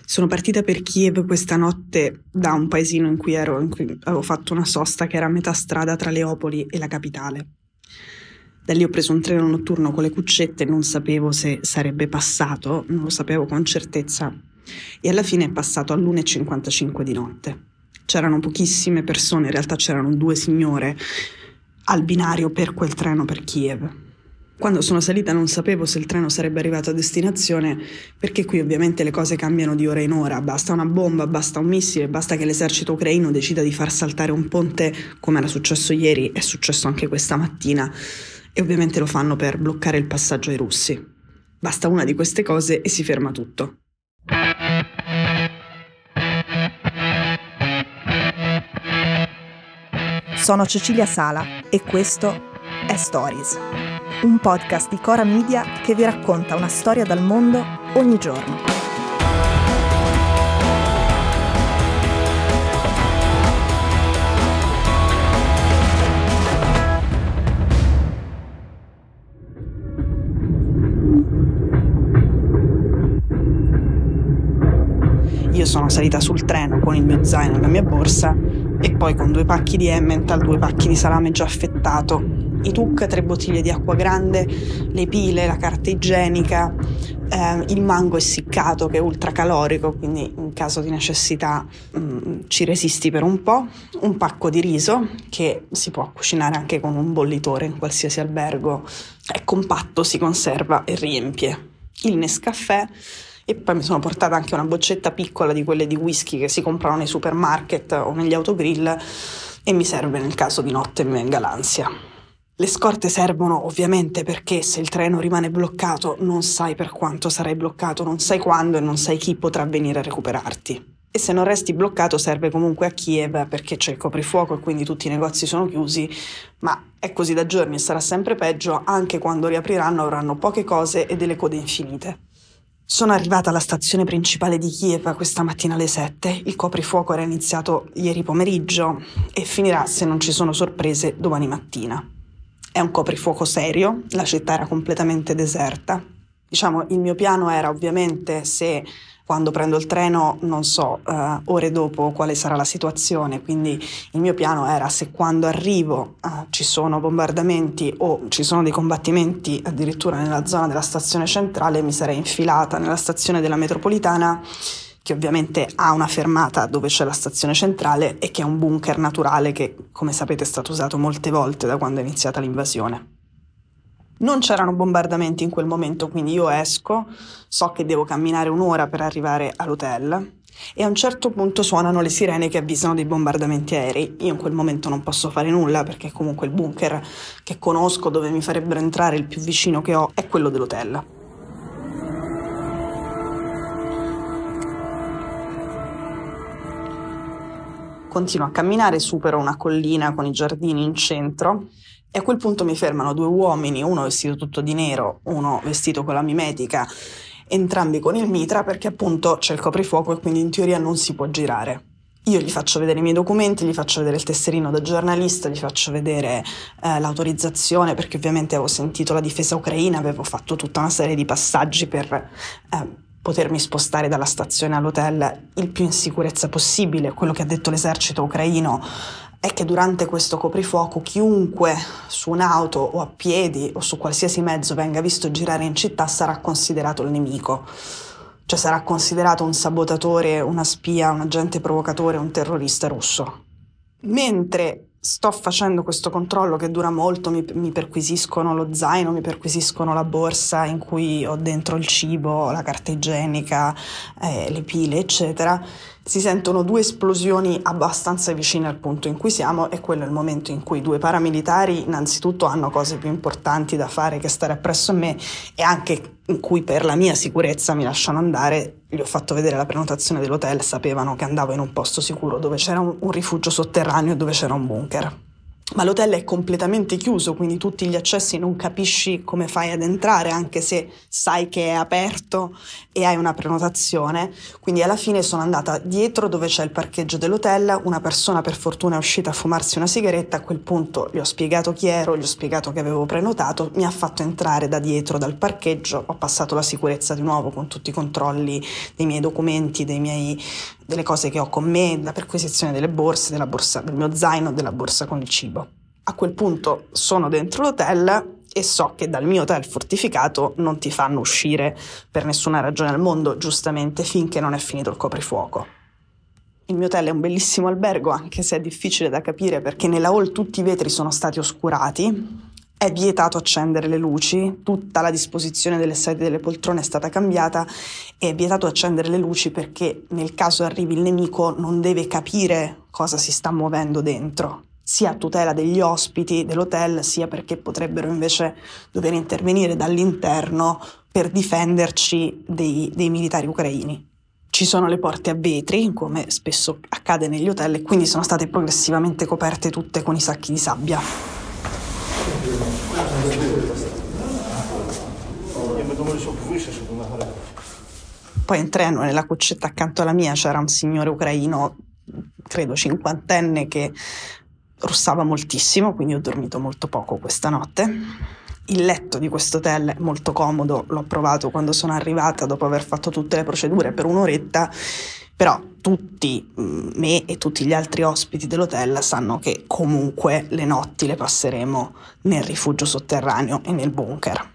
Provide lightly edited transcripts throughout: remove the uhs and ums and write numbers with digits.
Sono partita per Kiev questa notte da un paesino in cui avevo fatto una sosta che era a metà strada tra Leopoli e la capitale. Da lì ho preso un treno notturno con le cuccette, non sapevo se sarebbe passato, non lo sapevo con certezza, e alla fine è passato all'1:55 di notte. C'erano pochissime persone, in realtà c'erano 2 signore al binario per quel treno per Kiev. Quando sono salita non sapevo se il treno sarebbe arrivato a destinazione, perché qui ovviamente le cose cambiano di ora in ora, basta una bomba, basta un missile, basta che l'esercito ucraino decida di far saltare un ponte, come era successo ieri, è successo anche questa mattina, e ovviamente lo fanno per bloccare il passaggio ai russi. Basta una di queste cose e si ferma tutto. Sono Cecilia Sala e questo è Stories, un podcast di Cora Media che vi racconta una storia dal mondo ogni giorno. Io sono salita sul treno con il mio zaino e la mia borsa e poi con 2 pacchi di Emmental, 2 pacchi di salame già affettato, i tuc, 3 bottiglie di acqua grande, le pile, la carta igienica, il mango essiccato che è ultracalorico, quindi in caso di necessità ci resisti per un po', un pacco di riso che si può cucinare anche con un bollitore in qualsiasi albergo, è compatto, si conserva e riempie, il Nescafè. E poi mi sono portata anche una boccetta piccola di quelle di whisky che si comprano nei supermarket o negli autogrill e mi serve nel caso di notte mi venga l'ansia. Le scorte servono ovviamente perché se il treno rimane bloccato non sai per quanto sarai bloccato, non sai quando e non sai chi potrà venire a recuperarti. E se non resti bloccato serve comunque a Kiev perché c'è il coprifuoco e quindi tutti i negozi sono chiusi, ma è così da giorni e sarà sempre peggio, anche quando riapriranno avranno poche cose e delle code infinite. Sono arrivata alla stazione principale di Kiev questa mattina alle 7, il coprifuoco era iniziato ieri pomeriggio e finirà, se non ci sono sorprese, domani mattina. È un coprifuoco serio, la città era completamente deserta. Diciamo, il mio piano era ovviamente se quando prendo il treno non so ore dopo quale sarà la situazione, quindi il mio piano era se quando arrivo ci sono bombardamenti o ci sono dei combattimenti addirittura nella zona della stazione centrale, mi sarei infilata nella stazione della metropolitana, che ovviamente ha una fermata dove c'è la stazione centrale e che è un bunker naturale che, come sapete, è stato usato molte volte da quando è iniziata l'invasione. Non c'erano bombardamenti in quel momento, quindi io esco, so che devo camminare 1 ora per arrivare all'hotel e a un certo punto suonano le sirene che avvisano dei bombardamenti aerei. Io in quel momento non posso fare nulla perché comunque il bunker che conosco, dove mi farebbero entrare, il più vicino che ho, è quello dell'hotel. Continuo a camminare, supero una collina con i giardini in centro e a quel punto mi fermano 2 uomini, uno vestito tutto di nero, uno vestito con la mimetica, entrambi con il mitra perché appunto c'è il coprifuoco e quindi in teoria non si può girare. Io gli faccio vedere i miei documenti, gli faccio vedere il tesserino da giornalista, gli faccio vedere l'autorizzazione perché ovviamente avevo sentito la difesa ucraina, avevo fatto tutta una serie di passaggi per potermi spostare dalla stazione all'hotel il più in sicurezza possibile. Quello che ha detto l'esercito ucraino è che durante questo coprifuoco chiunque su un'auto o a piedi o su qualsiasi mezzo venga visto girare in città sarà considerato il nemico, cioè sarà considerato un sabotatore, una spia, un agente provocatore, un terrorista russo. Mentre sto facendo questo controllo che dura molto, mi perquisiscono lo zaino, mi perquisiscono la borsa in cui ho dentro il cibo, la carta igienica, le pile, eccetera. Si sentono 2 esplosioni abbastanza vicine al punto in cui siamo e quello è il momento in cui 2 paramilitari innanzitutto hanno cose più importanti da fare che stare appresso a me e anche in cui per la mia sicurezza mi lasciano andare. Gli ho fatto vedere la prenotazione dell'hotel, sapevano che andavo in un posto sicuro dove c'era un rifugio sotterraneo e dove c'era un bunker. ma l'hotel è completamente chiuso, quindi tutti gli accessi non capisci come fai ad entrare, anche se sai che è aperto e hai una prenotazione. Quindi alla fine sono andata dietro dove c'è il parcheggio dell'hotel, una persona per fortuna è uscita a fumarsi una sigaretta, a quel punto gli ho spiegato chi ero, gli ho spiegato che avevo prenotato, mi ha fatto entrare da dietro dal parcheggio, ho passato la sicurezza di nuovo con tutti i controlli dei miei documenti, delle cose che ho con me, la perquisizione delle borse, della borsa del mio zaino, della borsa con il cibo. A quel punto sono dentro l'hotel e so che dal mio hotel fortificato non ti fanno uscire per nessuna ragione al mondo, giustamente, finché non è finito il coprifuoco. Il mio hotel è un bellissimo albergo, anche se è difficile da capire perché nella hall tutti i vetri sono stati oscurati, è vietato accendere le luci, tutta la disposizione delle sedie e delle poltrone è stata cambiata, è vietato accendere le luci perché nel caso arrivi il nemico non deve capire cosa si sta muovendo dentro, sia a tutela degli ospiti dell'hotel, sia perché potrebbero invece dover intervenire dall'interno per difenderci dei militari ucraini. Ci sono le porte a vetri, come spesso accade negli hotel, e quindi sono state progressivamente coperte tutte con i sacchi di sabbia. Poi in treno, nella cuccetta accanto alla mia, c'era un signore ucraino, credo cinquantenne, che russava moltissimo, quindi ho dormito molto poco questa notte. Il letto di questo hotel è molto comodo, l'ho provato quando sono arrivata dopo aver fatto tutte le procedure per un'oretta, però tutti, me e tutti gli altri ospiti dell'hotel, sanno che comunque le notti le passeremo nel rifugio sotterraneo e nel bunker.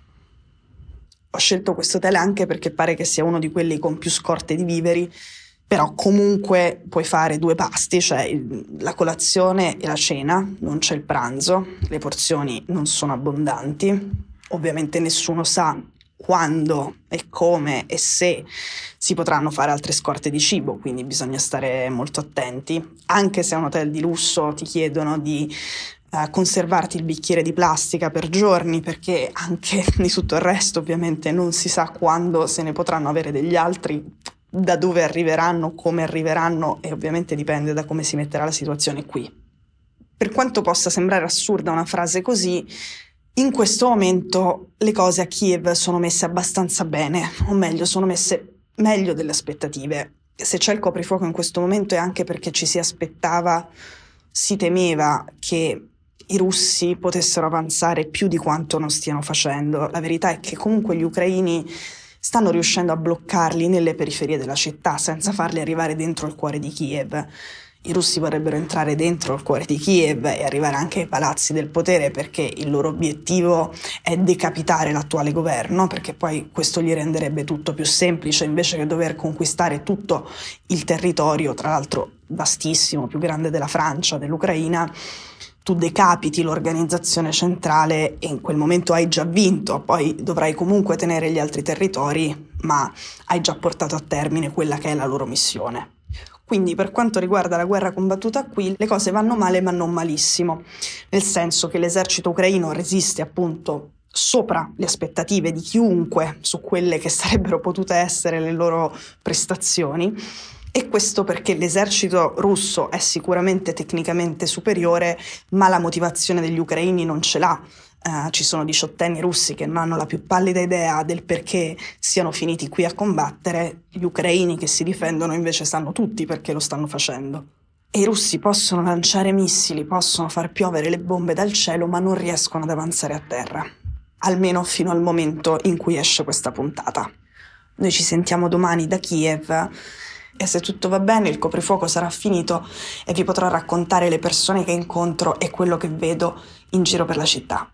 Ho scelto questo hotel anche perché pare che sia uno di quelli con più scorte di viveri, però comunque puoi fare 2 pasti, cioè la colazione e la cena, non c'è il pranzo, le porzioni non sono abbondanti, ovviamente nessuno sa quando e come e se si potranno fare altre scorte di cibo, quindi bisogna stare molto attenti. Anche se è un hotel di lusso ti chiedono di conservarti il bicchiere di plastica per giorni, perché anche di tutto il resto ovviamente non si sa quando se ne potranno avere degli altri, da dove arriveranno, come arriveranno, e ovviamente dipende da come si metterà la situazione qui. Per quanto possa sembrare assurda una frase così, in questo momento le cose a Kiev sono messe abbastanza bene, o meglio, sono messe meglio delle aspettative. Se c'è il coprifuoco in questo momento è anche perché ci si aspettava, si temeva che i russi potessero avanzare più di quanto non stiano facendo. La verità è che comunque gli ucraini stanno riuscendo a bloccarli nelle periferie della città senza farli arrivare dentro il cuore di Kiev. I russi vorrebbero entrare dentro il cuore di Kiev e arrivare anche ai palazzi del potere, perché il loro obiettivo è decapitare l'attuale governo, perché poi questo gli renderebbe tutto più semplice, invece che dover conquistare tutto il territorio, tra l'altro vastissimo, più grande della Francia, dell'Ucraina. Tu decapiti l'organizzazione centrale e in quel momento hai già vinto, poi dovrai comunque tenere gli altri territori, ma hai già portato a termine quella che è la loro missione. Quindi per quanto riguarda la guerra combattuta qui, le cose vanno male ma non malissimo, nel senso che l'esercito ucraino resiste appunto sopra le aspettative di chiunque su quelle che sarebbero potute essere le loro prestazioni. E questo perché l'esercito russo è sicuramente tecnicamente superiore, ma la motivazione degli ucraini non ce l'ha. Ci sono diciottenni russi che non hanno la più pallida idea del perché siano finiti qui a combattere. Gli ucraini che si difendono invece sanno tutti perché lo stanno facendo. E i russi possono lanciare missili, possono far piovere le bombe dal cielo, ma non riescono ad avanzare a terra. Almeno fino al momento in cui esce questa puntata. Noi ci sentiamo domani da Kiev. E se tutto va bene il coprifuoco sarà finito e vi potrò raccontare le persone che incontro e quello che vedo in giro per la città.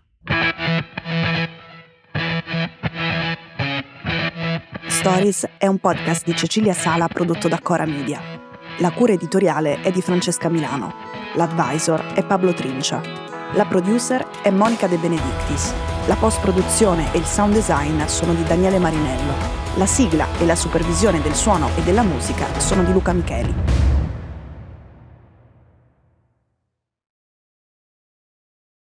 Stories è un podcast di Cecilia Sala prodotto da Cora Media. La cura editoriale è di Francesca Milano. L'advisor è Pablo Trincia. La producer è Monica De Benedictis. La post-produzione e il sound design sono di Daniele Marinello. La sigla e la supervisione del suono e della musica sono di Luca Micheli.